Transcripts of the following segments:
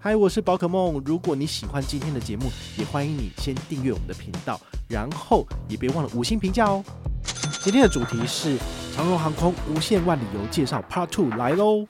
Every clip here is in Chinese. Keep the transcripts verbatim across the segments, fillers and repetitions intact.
嗨，我是宝可梦。如果你喜欢今天的节目，也欢迎你先订阅我们的频道，然后也别忘了五星评价哦。今天的主题是长荣航空无限万理由介绍 Part 二 来喽。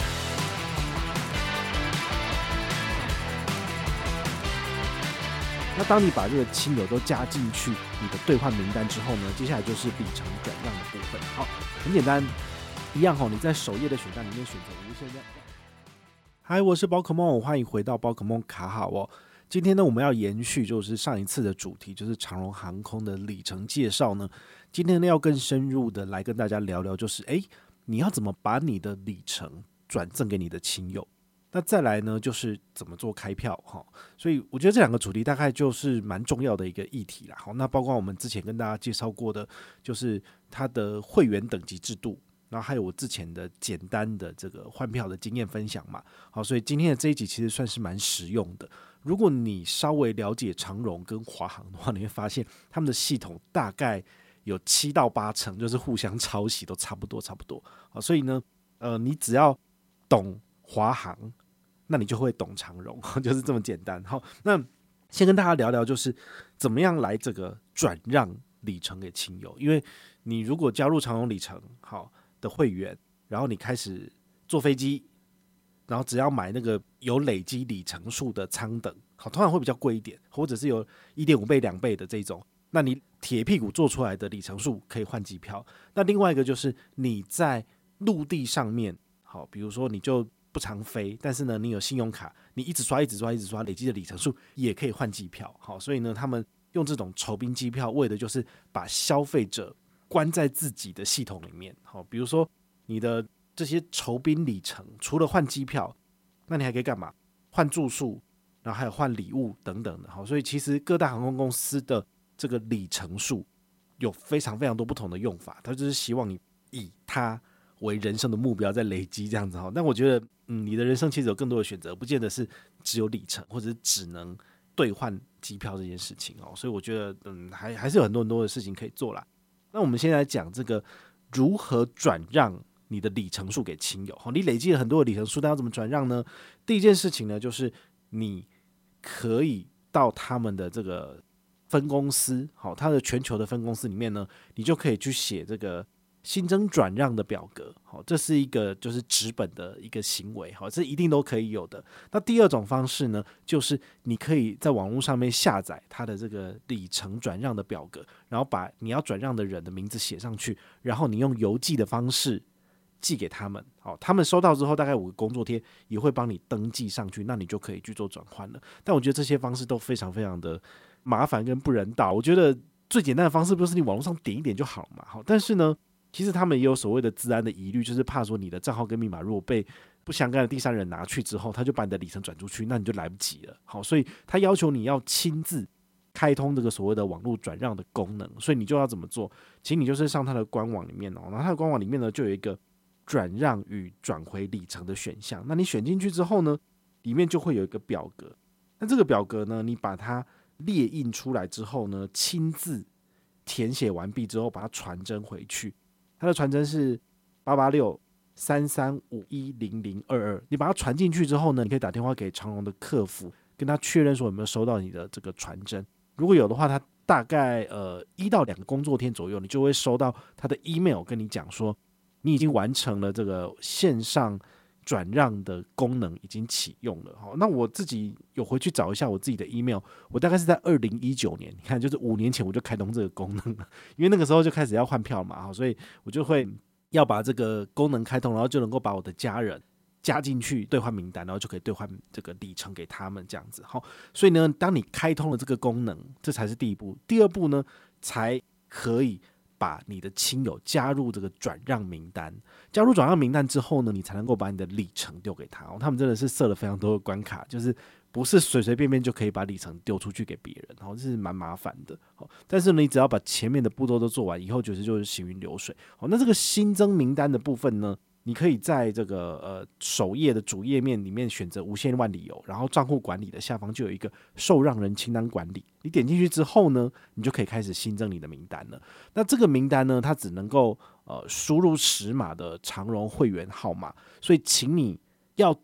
那当你把这个亲友都加进去你的兑换名单之后呢，接下来就是里程转让的部分。好，很简单，一样哦，你在首页的选单里面选择无限量。嗨，我是宝可梦，欢迎回到宝可梦卡好哦。今天呢，我们要延续就是上一次的主题，就是长荣航空的里程介绍呢。今天呢，要更深入的来跟大家聊聊，就是哎，你要怎么把你的里程转赠给你的亲友？那再来呢，就是怎么做开票哈。所以我觉得这两个主题大概就是蛮重要的一个议题啦。好，那包括我们之前跟大家介绍过的，就是它的会员等级制度。然后还有我之前的简单的这个换票的经验分享嘛，好，所以今天的这一集其实算是蛮实用的。如果你稍微了解长荣跟华航的话，你会发现他们的系统大概有七到八成就是互相抄袭，都差不多差不多。好，所以呢，呃，你只要懂华航，那你就会懂长荣，就是这么简单。好，那先跟大家聊聊，就是怎么样来这个转让里程给亲友，因为你如果加入长荣里程，好。的会员，然后你开始坐飞机，然后只要买那个有累积里程数的舱等，好，通常会比较贵一点，或者是有 一点五 倍、两倍的这种，那你铁屁股做出来的里程数可以换机票。那另外一个就是你在陆地上面，好，比如说你就不常飞，但是呢你有信用卡，你一直刷、一直刷、一直刷，累积的里程数也可以换机票。好，所以呢他们用这种酬宾机票，为的就是把消费者关在自己的系统里面，好，比如说你的这些酬宾里程，除了换机票，那你还可以干嘛？换住宿，然后还有换礼物等等的，好，所以其实各大航空公司的这个里程数有非常非常多不同的用法，它就是希望你以它为人生的目标在累积这样子哈。但我觉得，嗯，你的人生其实有更多的选择，不见得是只有里程，或者是只能兑换机票这件事情哦。所以我觉得，嗯，还还是有很多很多的事情可以做啦。那我们先来讲这个如何转让你的里程数给亲友。你累积了很多的里程数，但要怎么转让呢？第一件事情呢，就是你可以到他们的这个分公司，好，它的全球的分公司里面呢，你就可以去写这个新增转让的表格，好，这是一个就是纸本的一个行为，好，这一定都可以有的。那第二种方式呢，就是你可以在网络上面下载它的这个里程转让的表格，然后把你要转让的人的名字写上去，然后你用邮寄的方式寄给他们，好，他们收到之后大概五个工作天也会帮你登记上去，那你就可以去做转换了。但我觉得这些方式都非常非常的麻烦跟不人道，我觉得最简单的方式不是你网络上点一点就好了嘛，好，但是呢其实他们也有所谓的资安的疑虑，就是怕说你的账号跟密码如果被不相干的第三人拿去之后，他就把你的里程转出去，那你就来不及了。好，所以他要求你要亲自开通这个所谓的网络转让的功能，所以你就要怎么做？其实你就是上他的官网里面哦，然后他的官网里面呢就有一个转让与转回里程的选项。那你选进去之后呢，里面就会有一个表格。那这个表格呢，你把它列印出来之后呢，亲自填写完毕之后，把它传真回去。它的传真是八八六三三五一零零二二，你把它传进去之后呢，你可以打电话给长荣的客服，跟他确认说有没有收到你的这个传真。如果有的话，他大概呃一到两个工作天左右，你就会收到他的 email 跟你讲说，你已经完成了这个线上转让的功能已经启用了。好，那我自己有回去找一下我自己的 email， 我大概是在二零一九年，你看就是五年前我就开通这个功能了，因为那个时候就开始要换票嘛，所以我就会要把这个功能开通，然后就能够把我的家人加进去兑换名单，然后就可以兑换这个里程给他们这样子。好，所以呢，当你开通了这个功能，这才是第一步。第二步呢，才可以把你的亲友加入这个转让名单。加入转让名单之后呢，你才能够把你的里程丢给他。他们真的是设了非常多的关卡，就是不是随随便便就可以把里程丢出去给别人，这是蛮麻烦的。但是你只要把前面的步骤都做完以后，就是就是行云流水。那这个新增名单的部分呢，你可以在这个呃首页的主页面里面选择无限万理由，然后账户管理的下方就有一个受让人清单管理，你点进去之后呢，你就可以开始新增你的名单了。那这个名单呢，它只能够呃输入十码的长荣会员号码，所以请你要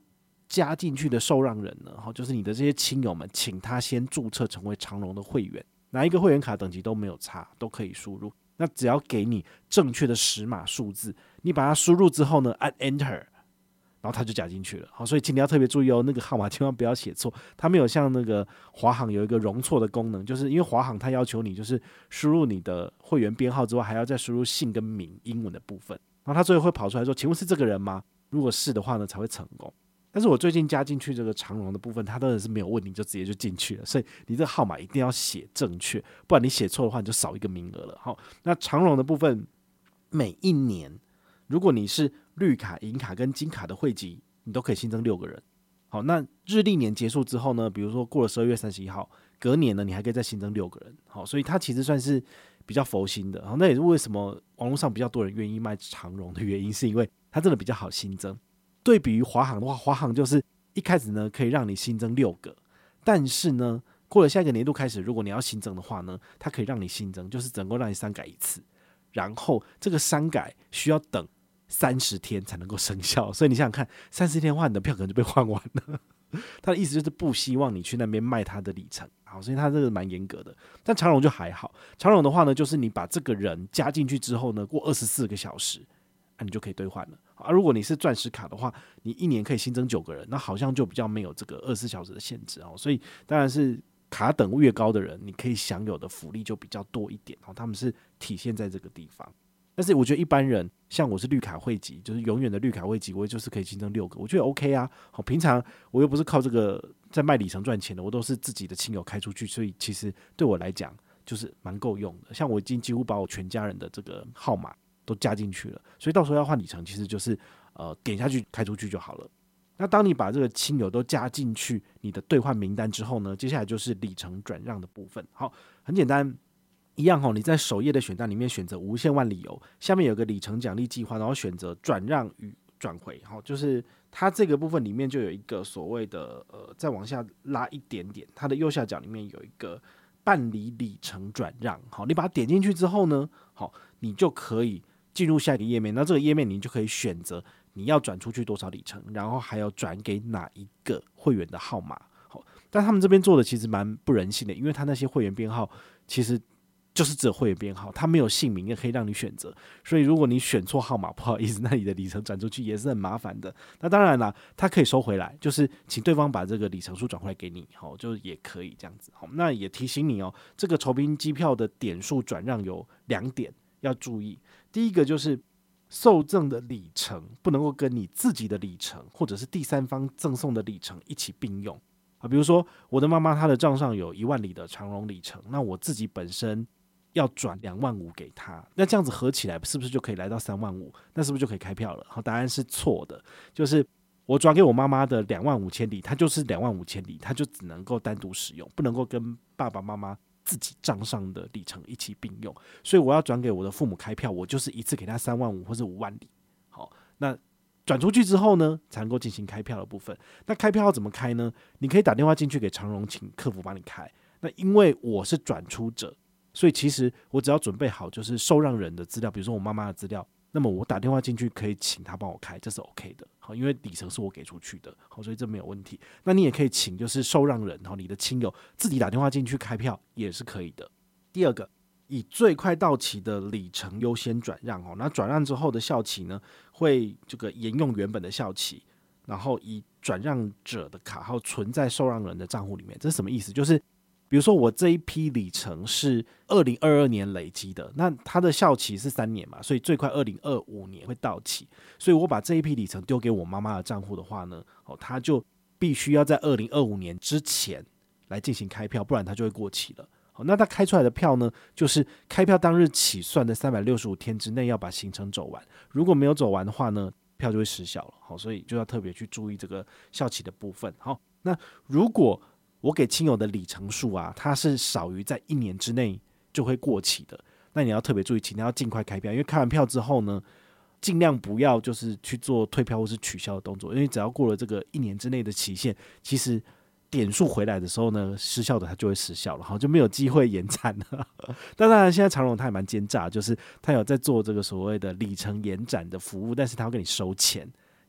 加进去的受让人呢，就是你的这些亲友们，请他先注册成为长荣的会员，哪一个会员卡等级都没有差，都可以输入。那只要给你正确的十码数字，你把它输入之后呢，按 Enter， 然后它就加进去了。好，所以请你要特别注意哦，那个号码千万不要写错。它没有像那个华航有一个容错的功能，就是因为华航它要求你就是输入你的会员编号之外，还要再输入姓跟名英文的部分，然后它最后会跑出来说，请问是这个人吗？如果是的话呢，才会成功。但是我最近加进去这个长荣的部分，它当然是没有问题，就直接就进去了。所以你这个号码一定要写正确，不然你写错的话，你就少一个名额了。好，那长荣的部分，每一年如果你是绿卡、银卡跟金卡的会籍，你都可以新增六个人。好，那日历年结束之后呢，比如说过了十二月三十一号，隔年呢，你还可以再新增六个人。好，所以它其实算是比较佛心的。好，那也是为什么网络上比较多人愿意卖长荣的原因，是因为它真的比较好新增。对比于华航的话，华航就是一开始呢可以让你新增六个，但是呢过了下一个年度开始，如果你要新增的话呢，它可以让你新增，就是整个让你删改一次，然后这个删改需要等三十天才能够生效，所以你想想看，三十天的话，你的票可能就被换完了。他的意思就是不希望你去那边卖他的里程，好，所以他这个蛮严格的。但长荣就还好，长荣的话呢，就是你把这个人加进去之后呢，过二十四个小时。啊、你就可以兑换了啊！如果你是钻石卡的话，你一年可以新增九个人，那好像就比较没有这个二十四小时的限制哦。所以当然是卡等越高的人，你可以享有的福利就比较多一点哦。他们是体现在这个地方。但是我觉得一般人，像我是绿卡会籍，就是永远的绿卡会籍，我就是可以新增六个，我觉得 OK 啊。好，平常我又不是靠这个在卖里程赚钱的，我都是自己的亲友开出去，所以其实对我来讲就是蛮够用的。像我已经几乎把我全家人的这个号码都加进去了，所以到时候要换里程，其实就是呃点下去开出去就好了。那当你把这个亲友都加进去你的兑换名单之后呢，接下来就是里程转让的部分。好，很简单，一样哦。你在首页的选单里面选择无限万理由，下面有个里程奖励计划，然后选择转让与转回。好，就是它这个部分里面就有一个所谓的呃，再往下拉一点点，它的右下角里面有一个办理里程转让。好，你把它点进去之后呢，好，你就可以进入下一个页面，那这个页面你就可以选择你要转出去多少里程，然后还有转给哪一个会员的号码。好，但他们这边做的其实蛮不人性的，因为他那些会员编号其实就是只有会员编号，他没有姓名也可以让你选择，所以如果你选错号码，不好意思，那你的里程转出去也是很麻烦的。那当然啦，他可以收回来，就是请对方把这个里程数转回来给你，好，就也可以这样子。好，那也提醒你哦，这个酬宾机票的点数转让有两点要注意。第一个就是受赠的里程不能够跟你自己的里程或者是第三方赠送的里程一起并用啊。比如说我的妈妈她的账上有一万里的长荣里程，那我自己本身要转两万五给她，那这样子合起来是不是就可以来到三万五？那是不是就可以开票了？好，答案是错的，就是我转给我妈妈的两万五千里，它就是两万五千里，它就只能够单独使用，不能够跟爸爸妈妈自己账上的里程一起并用，所以我要转给我的父母开票，我就是一次给他三万五或是五万里。好，那转出去之后呢，才能够进行开票的部分。那开票要怎么开呢？你可以打电话进去给长荣，请客服帮你开。那因为我是转出者，所以其实我只要准备好就是受让人的资料，比如说我妈妈的资料，那么我打电话进去可以请他帮我开，这是 OK 的。好，因为里程是我给出去的，好，所以这没有问题。那你也可以请就是受让人，你的亲友自己打电话进去开票也是可以的。第二个，以最快到期的里程优先转让，那转让之后的效期呢，会这个沿用原本的效期，然后以转让者的卡号存在受让人的账户里面。这是什么意思？就是比如说我这一批里程是二零二二年累积的，那它的效期是三年嘛，所以最快二零二五年会到期，所以我把这一批里程丢给我妈妈的账户的话呢，哦，它就必须要在二零二五年之前来进行开票，不然它就会过期了。好，那它开出来的票呢，就是开票当日起算的三百六十五天之内要把行程走完，如果没有走完的话呢，票就会失效了。好，所以就要特别去注意这个效期的部分。好，那如果我给亲友的里程数啊，它是少于在一年之内就会过期的，那你要特别注意，请你要尽快开票，因为开完票之后呢，尽量不要就是去做退票或是取消的动作，因为只要过了这个一年之内的期限，其实点数回来的时候呢，失效的它就会失效了，好，就没有机会延展了。但当然，现在长荣它也蛮奸诈，就是它有在做这个所谓的里程延展的服务，但是它要跟你收钱。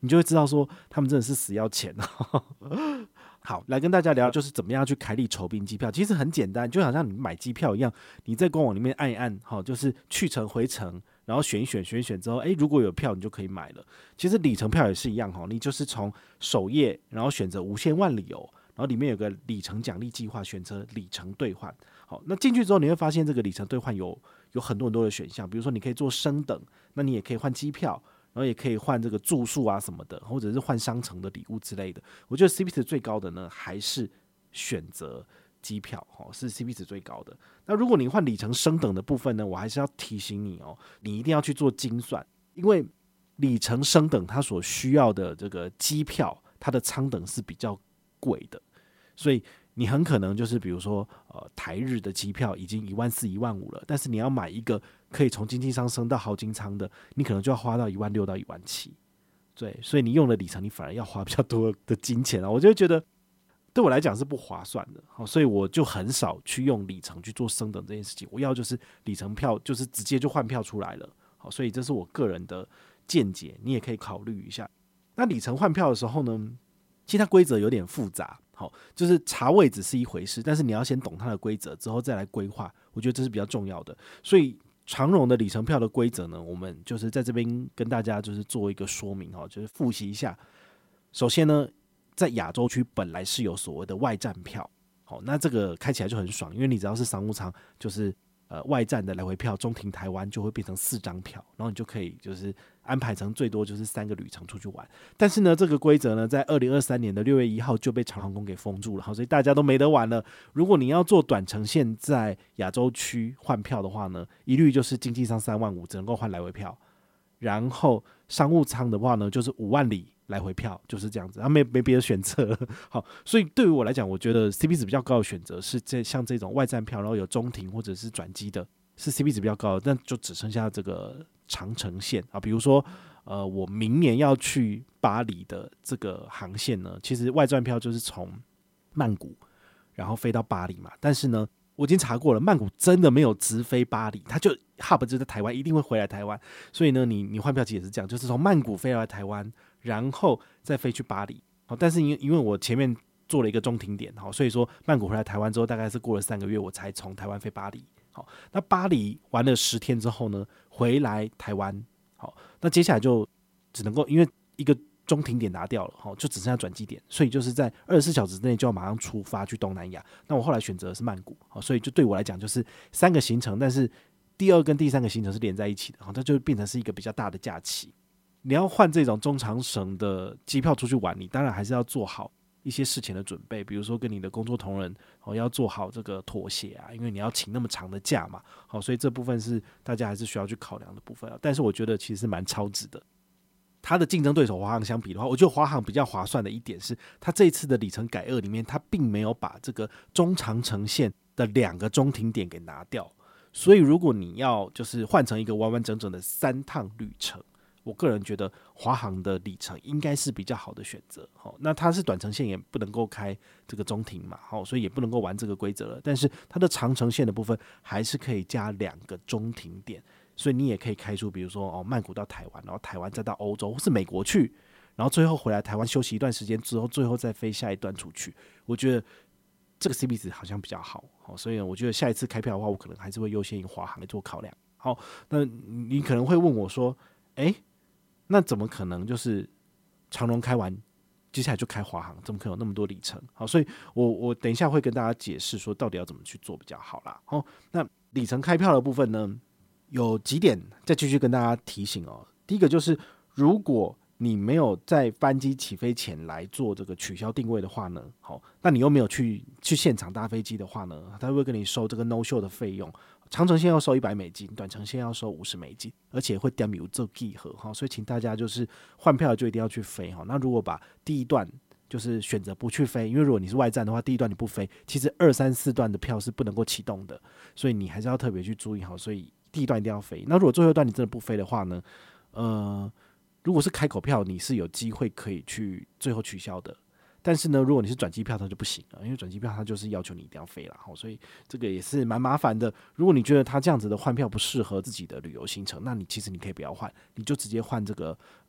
你就会知道说他们真的是死要钱好，来跟大家聊就是怎么样去开立酬宾机票。其实很简单，就好像你买机票一样，你在官网里面按一按，就是去程回程，然后选一选选一选之后，诶，如果有票你就可以买了。其实里程票也是一样，你就是从首页然后选择无限万里游，然后里面有个里程奖励计划，选择里程兑换。好，那进去之后你会发现这个里程兑换有有很多很多的选项，比如说你可以做升等，那你也可以换机票，然后也可以换这个住宿啊什么的，或者是换商城的礼物之类的。我觉得 C P 值最高的呢，还是选择机票，是 C P 值最高的。那如果你换里程升等的部分呢，我还是要提醒你哦，你一定要去做精算，因为里程升等它所需要的这个机票，它的舱等是比较贵的，所以你很可能就是比如说呃台日的机票已经一万四、一万五了，但是你要买一个可以从经济舱升到豪金舱的，你可能就要花到一万六到一万七。对，所以你用了里程，你反而要花比较多的金钱啊，我就觉得对我来讲是不划算的，好，所以我就很少去用里程去做升等这件事情。我要就是里程票，就是直接就换票出来了，好，所以这是我个人的见解，你也可以考虑一下。那里程换票的时候呢，其实它规则有点复杂，好，就是查位置是一回事，但是你要先懂它的规则之后再来规划，我觉得这是比较重要的。所以长荣的里程票的规则呢，我们就是在这边跟大家就是做一个说明，就是复习一下。首先呢，在亚洲区本来是有所谓的外站票，好，那这个开起来就很爽，因为你只要是商务舱，就是呃外站的来回票，中停台湾就会变成四张票，然后你就可以就是安排成最多就是三个旅程出去玩。但是呢，这个规则呢，在二零二三年的六月一号就被长航空给封住了，好，所以大家都没得玩了。如果你要做短程线在亚洲区换票的话呢，一律就是经济舱三万五，只能够换来回票。然后商务舱的话呢，就是五万里来回票，就是这样子，他没没别的选择了。好，所以对于我来讲，我觉得 C P 值比较高的选择是这像这种外站票，然后有中停或者是转机的，是 C P 值比较高的，但就只剩下这个长程线啊，比如说呃，我明年要去巴黎的这个航线呢，其实外站票就是从曼谷然后飞到巴黎嘛，但是呢，我已经查过了，曼谷真的没有直飞巴黎，它就 hub 就在台湾，一定会回来台湾。所以呢，你你换票其实也是这样，就是从曼谷飞来台湾，然后再飞去巴黎。好，但是因因为我前面做了一个中停点，好，所以说曼谷回来台湾之后，大概是过了三个月，我才从台湾飞巴黎。好，那巴黎玩了十天之后呢，回来台湾。好，那接下来就只能够因为一个中停点拿掉了，就只剩下转机点，所以就是在二十四小时之内就要马上出发去东南亚。那我后来选择的是曼谷，所以就对我来讲就是三个行程，但是第二跟第三个行程是连在一起的，它就变成是一个比较大的假期。你要换这种中长程的机票出去玩，你当然还是要做好一些事前的准备，比如说跟你的工作同仁要做好这个妥协啊，因为你要请那么长的假嘛，所以这部分是大家还是需要去考量的部分。但是我觉得其实是蛮超值的。它的竞争对手华航相比的话，我觉得华航比较划算的一点是，它这一次的里程改二里面，它并没有把这个中长程线的两个中停点给拿掉，所以如果你要就是换成一个完完整整的三趟旅程，我个人觉得华航的里程应该是比较好的选择。那它是短程线也不能够开这个中停嘛，所以也不能够玩这个规则了，但是它的长程线的部分还是可以加两个中停点，所以你也可以开出比如说、哦、曼谷到台湾，然后台湾再到欧洲或是美国去，然后最后回来台湾休息一段时间之后，最后再飞下一段出去。我觉得这个 C P 值好像比较好，所以我觉得下一次开票的话，我可能还是会优先以华航来做考量。好，那你可能会问我说，哎，那怎么可能就是长荣开完接下来就开华航，怎么可能有那么多里程？好，所以我我等一下会跟大家解释说到底要怎么去做比较好啦。好，那里程开票的部分呢，有几点再继续跟大家提醒哦。第一个就是如果你没有在班机起飞前来做这个取消定位的话呢，好，那你又没有去去现场搭飞机的话呢，他会跟你收这个 no show 的费用。长程线要收一百美金，短程线要收五十美金，而且会点有做记号，所以请大家就是换票就一定要去飞。那如果把第一段就是选择不去飞，因为如果你是外站的话，第一段你不飞，其实二三四段的票是不能够启动的，所以你还是要特别去注意好。所以第一段一定要飞。那如果最后一段你真的不飞的话呢，呃，如果是开口票，你是有机会可以去最后取消的。但是呢，如果你是转机票，它就不行了，因为转机票它就是要求你一定要飞啦，所以这个也是蛮麻烦的。如果你觉得它这样子的换票不适合自己的旅游行程，那你其实你可以不要换，你就直接换这个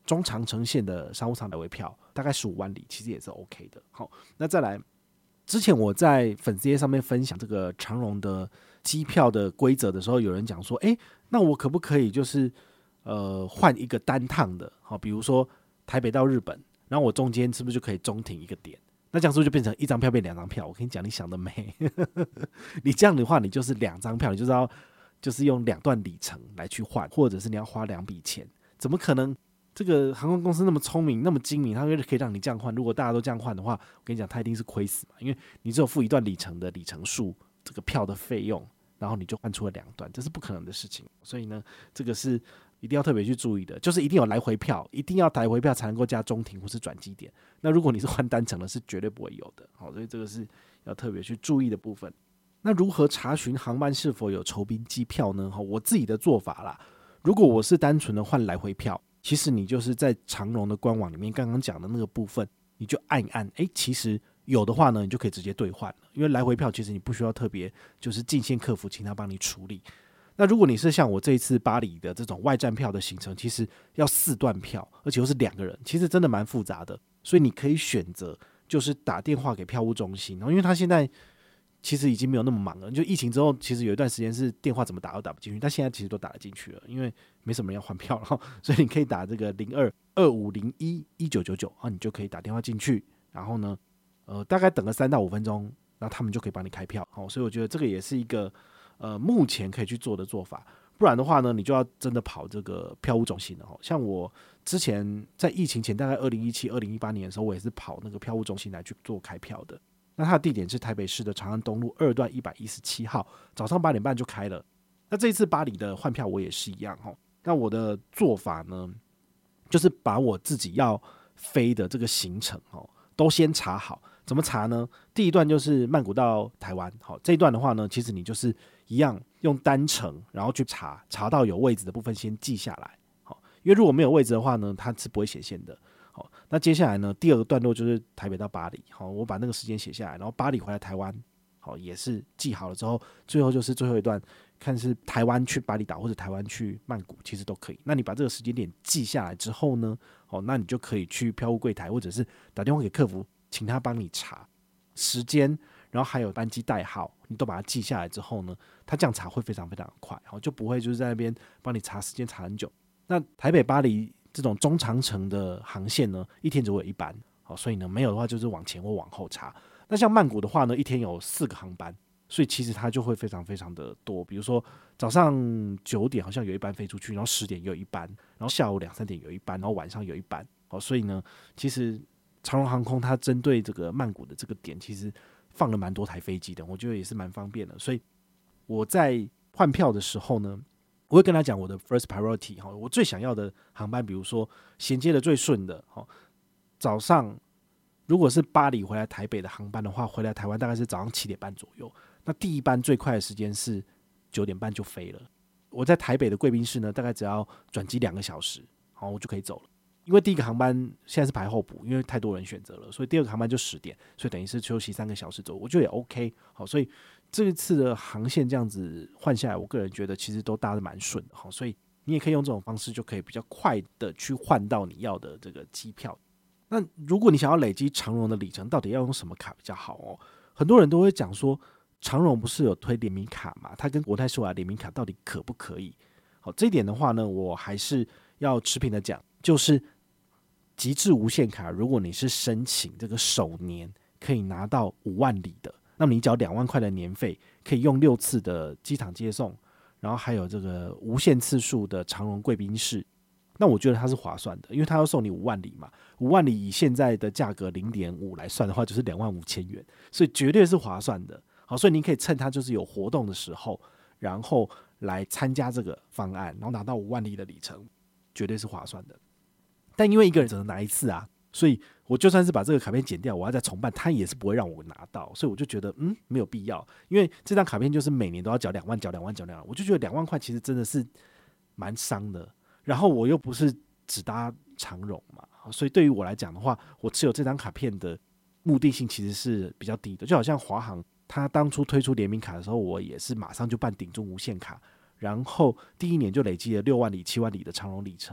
中长程线的商务舱来回票，大概十五万里，其实也是 OK 的。好，那再来，之前我在粉丝页上面分享这个长荣的机票的规则的时候，有人讲说，哎、欸，那我可不可以就是呃换一个单趟的？好，比如说台北到日本，然后我中间是不是就可以中停一个点？那这样是不是就变成一张票变两张票？我跟你讲，你想得美！你这样的话，你就是两张票，你就是要就是用两段里程来去换，或者是你要花两笔钱，怎么可能？这个航空公司那么聪明，那么精明，它可以让你这样换。如果大家都这样换的话，我跟你讲，它一定是亏死嘛，因为你只有付一段里程的里程数，这个票的费用，然后你就换出了两段，这是不可能的事情。所以呢，这个是一定要特别去注意的，就是一定有来回票，一定要来回票才能够加中停或是转机点。那如果你是换单程的，是绝对不会有的。好，所以这个是要特别去注意的部分。那如何查询航班是否有酬宾机票呢？我自己的做法啦，如果我是单纯的换来回票，其实你就是在长荣的官网里面刚刚讲的那个部分，你就按一按，哎，其实有的话呢，你就可以直接兑换了。因为来回票其实你不需要特别就是进线客服请他帮你处理。那如果你是像我这一次巴黎的这种外站票的行程，其实要四段票，而且又是两个人，其实真的蛮复杂的。所以你可以选择就是打电话给票务中心，然后因为他现在其实已经没有那么忙了，就疫情之后，其实有一段时间是电话怎么打都打不进去，但现在其实都打得进去了，因为没什么人要换票了，所以你可以打这个零二二五零一一九九九啊，你就可以打电话进去，然后呢，呃，大概等个三到五分钟，然后他们就可以帮你开票。好，所以我觉得这个也是一个呃目前可以去做的做法。不然的话呢，你就要真的跑这个票务中心了。像我之前在疫情前，大概二零一七、二零一八年的时候，我也是跑那个票务中心来去做开票的。那它的地点是台北市的长安东路二段一百一十七号，早上八点半就开了。那这一次巴黎的换票我也是一样齁。那我的做法呢，就是把我自己要飞的这个行程齁都先查好。怎么查呢？第一段就是曼谷到台湾，好，这一段的话呢，其实你就是一样用单程，然后去查，查到有位置的部分先记下来，好，因为如果没有位置的话呢，它是不会显现的。好，那接下来呢，第二个段落就是台北到巴黎，好，我把那个时间写下来，然后巴黎回来台湾，好，也是记好了之后，最后就是最后一段，看是台湾去巴厘岛或者台湾去曼谷，其实都可以。那你把这个时间点记下来之后呢，好，那你就可以去票务柜台，或者是打电话给客服，请他帮你查时间，然后还有班机代号，你都把它记下来之后呢，他这样查会非常非常的快，好，就不会就是在那边帮你查时间查很久。那台北巴黎这种中长程的航线呢，一天只会有一班，好，所以呢没有的话就是往前或往后查。那像曼谷的话呢，一天有四个航班，所以其实它就会非常非常的多。比如说早上九点好像有一班飞出去，然后十点有一班，然后下午两三点有一班，然后晚上有一班，好，所以呢，其实长荣航空它针对这个曼谷的这个点，其实放了蛮多台飞机的，我觉得也是蛮方便的。所以我在换票的时候呢，我会跟他讲我的 first priority， 我最想要的航班，比如说衔接的最顺的，早上如果是巴黎回来台北的航班的话，回来台湾大概是早上七点半左右。那第一班最快的时间是九点半就飞了。我在台北的贵宾室呢，大概只要转机两个小时，好，我就可以走了。因为第一个航班现在是排候补，因为太多人选择了，所以第二个航班就十点，所以等于是休息三个小时左右，我觉得也 OK。好，所以这一次的航线这样子换下来，我个人觉得其实都搭得蛮顺的。好，所以你也可以用这种方式，就可以比较快的去换到你要的这个机票。那如果你想要累积长荣的里程，到底要用什么卡比较好哦？很多人都会讲说，长荣不是有推联名卡嘛？它跟国泰世华联名卡到底可不可以？好，这一点的话呢，我还是要持平的讲，就是极致无限卡，如果你是申请这个首年可以拿到五万里的，那么你缴两万块的年费，可以用六次的机场接送，然后还有这个无限次数的长荣贵宾室。那我觉得它是划算的，因为它要送你五万里嘛，五万里以现在的价格零点五来算的话，就是两万五千元，所以绝对是划算的。好，所以你可以趁它就是有活动的时候，然后来参加这个方案，然后拿到五万里的里程，绝对是划算的。但因为一个人只能拿一次啊，所以我就算是把这个卡片剪掉，我要再重办，他也是不会让我拿到，所以我就觉得嗯没有必要，因为这张卡片就是每年都要缴两万，缴两万，缴两万，我就觉得两万块其实真的是蛮伤的。然后我又不是只搭长荣嘛，所以对于我来讲的话，我持有这张卡片的目的性其实是比较低的。就好像华航他当初推出联名卡的时候，我也是马上就办顶中无限卡，然后第一年就累积了六万里、七万里的长荣里程，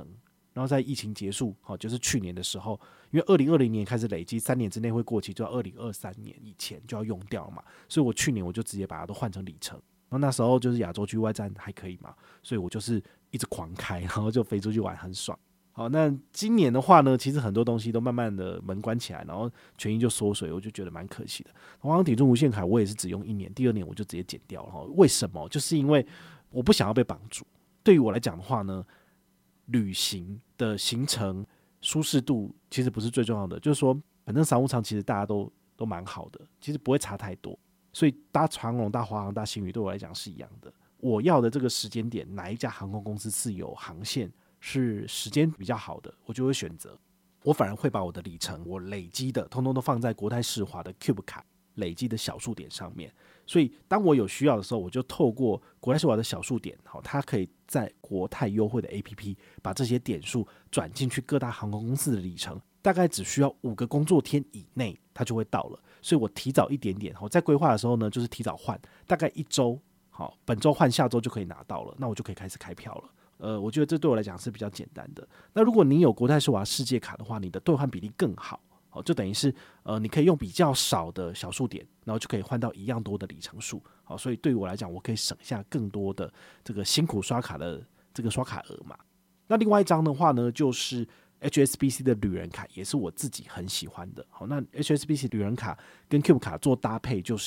然后在疫情结束，好，就是去年的时候，因为二零二零年开始累积，三年之内会过期，就要二零二三年以前就要用掉了嘛，所以我去年我就直接把它都换成里程。然后那时候就是亚洲区外站还可以嘛，所以我就是一直狂开，然后就飞出去玩很爽。好，那今年的话呢，其实很多东西都慢慢的门关起来，然后权益就缩水，我就觉得蛮可惜的。华航抵住无限卡我也是只用一年，第二年我就直接减掉了。为什么？就是因为我不想要被绑住。对于我来讲的话呢，旅行的行程舒适度其实不是最重要的，就是说反正商务舱其实大家都都蛮好的，其实不会差太多。所以搭长荣、搭华航、搭星宇对我来讲是一样的。我要的这个时间点，哪一家航空公司是有航线是时间比较好的，我就会选择。我反而会把我的里程，我累积的，通通都放在国泰世华的 Cube 卡累积的小数点上面。所以当我有需要的时候，我就透过国泰世华的小数点，好，它可以在国泰优惠的 A P P 把这些点数转进去各大航空公司的里程，大概只需要五个工作天以内，它就会到了。所以我提早一点点，在规划的时候呢，就是提早换，大概一周，好，本周换下周就可以拿到了，那我就可以开始开票了。呃，我觉得这对我来讲是比较简单的。那如果你有国泰世华世界卡的话，你的兑换比例更好，好，就等于是呃，你可以用比较少的小数点，然后就可以换到一样多的里程数，好，所以对于我来讲，我可以省下更多的这个辛苦刷卡的这个刷卡额嘛。那另外一张的话呢，就是 H S B C 的旅人卡，也是我自己很喜欢的。好，那 H S B C 旅人卡跟 Cube 卡做搭配，就是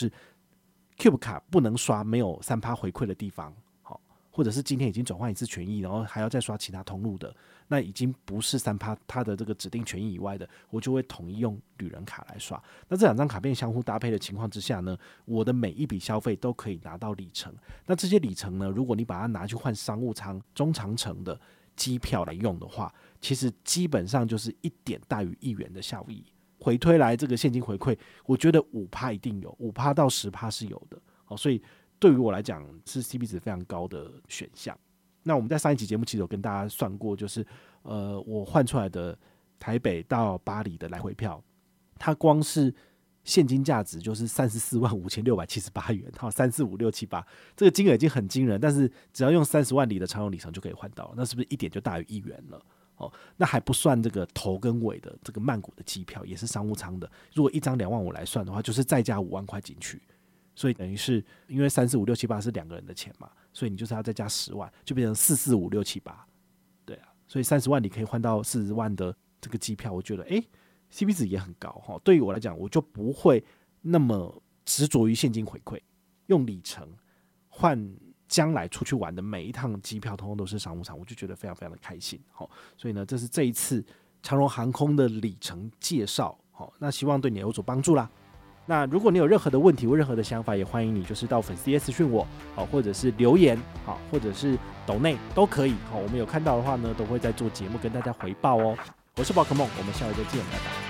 Cube 卡不能刷没有 百分之三 回馈的地方，好，或者是今天已经转换一次权益，然后还要再刷其他通路的，那已经不是 百分之三 它的这个指定权益以外的，我就会统一用旅人卡来刷。那这两张卡片相互搭配的情况之下呢，我的每一笔消费都可以拿到里程。那这些里程呢，如果你把它拿去换商务舱、中长程的机票来用的话，其实基本上就是一点大于一元的效益。回推来这个现金回馈，我觉得 百分之五 一定有， 百分之五 到 百分之十 是有的。好，所以对于我来讲是 C P 值非常高的选项。那我们在上一集节目其实有跟大家算过，就是呃，我换出来的台北到巴黎的来回票，它光是现金价值就是三十四万五千六百七十八元，好，三四五六七八，这个金额已经很惊人，但是只要用三十万里的长荣里程就可以换到了，那是不是一点就大于一元了？哦，那还不算这个头跟尾的这个曼谷的机票，也是商务舱的，如果一张两万五来算的话，就是再加五万块进去，所以等于是因为三四五六七八是两个人的钱嘛，所以你就是要再加十万，就变成四四五六七八，对啊，所以三十万你可以换到四十万的这个机票，我觉得哎 ，C P 值也很高哈。对于我来讲，我就不会那么执着于现金回馈，用里程换将来出去玩的每一趟机票，通通都是商务舱，我就觉得非常非常的开心。好，所以呢，这是这一次长荣航空的里程介绍。好，那希望对你有所帮助啦。那如果你有任何的问题或任何的想法，也欢迎你就是到粉丝页私讯我，好，或者是留言，好，或者是抖内都可以。好，我们有看到的话呢，都会在做节目跟大家回报哦。我是宝可梦，我们下回再见，拜拜。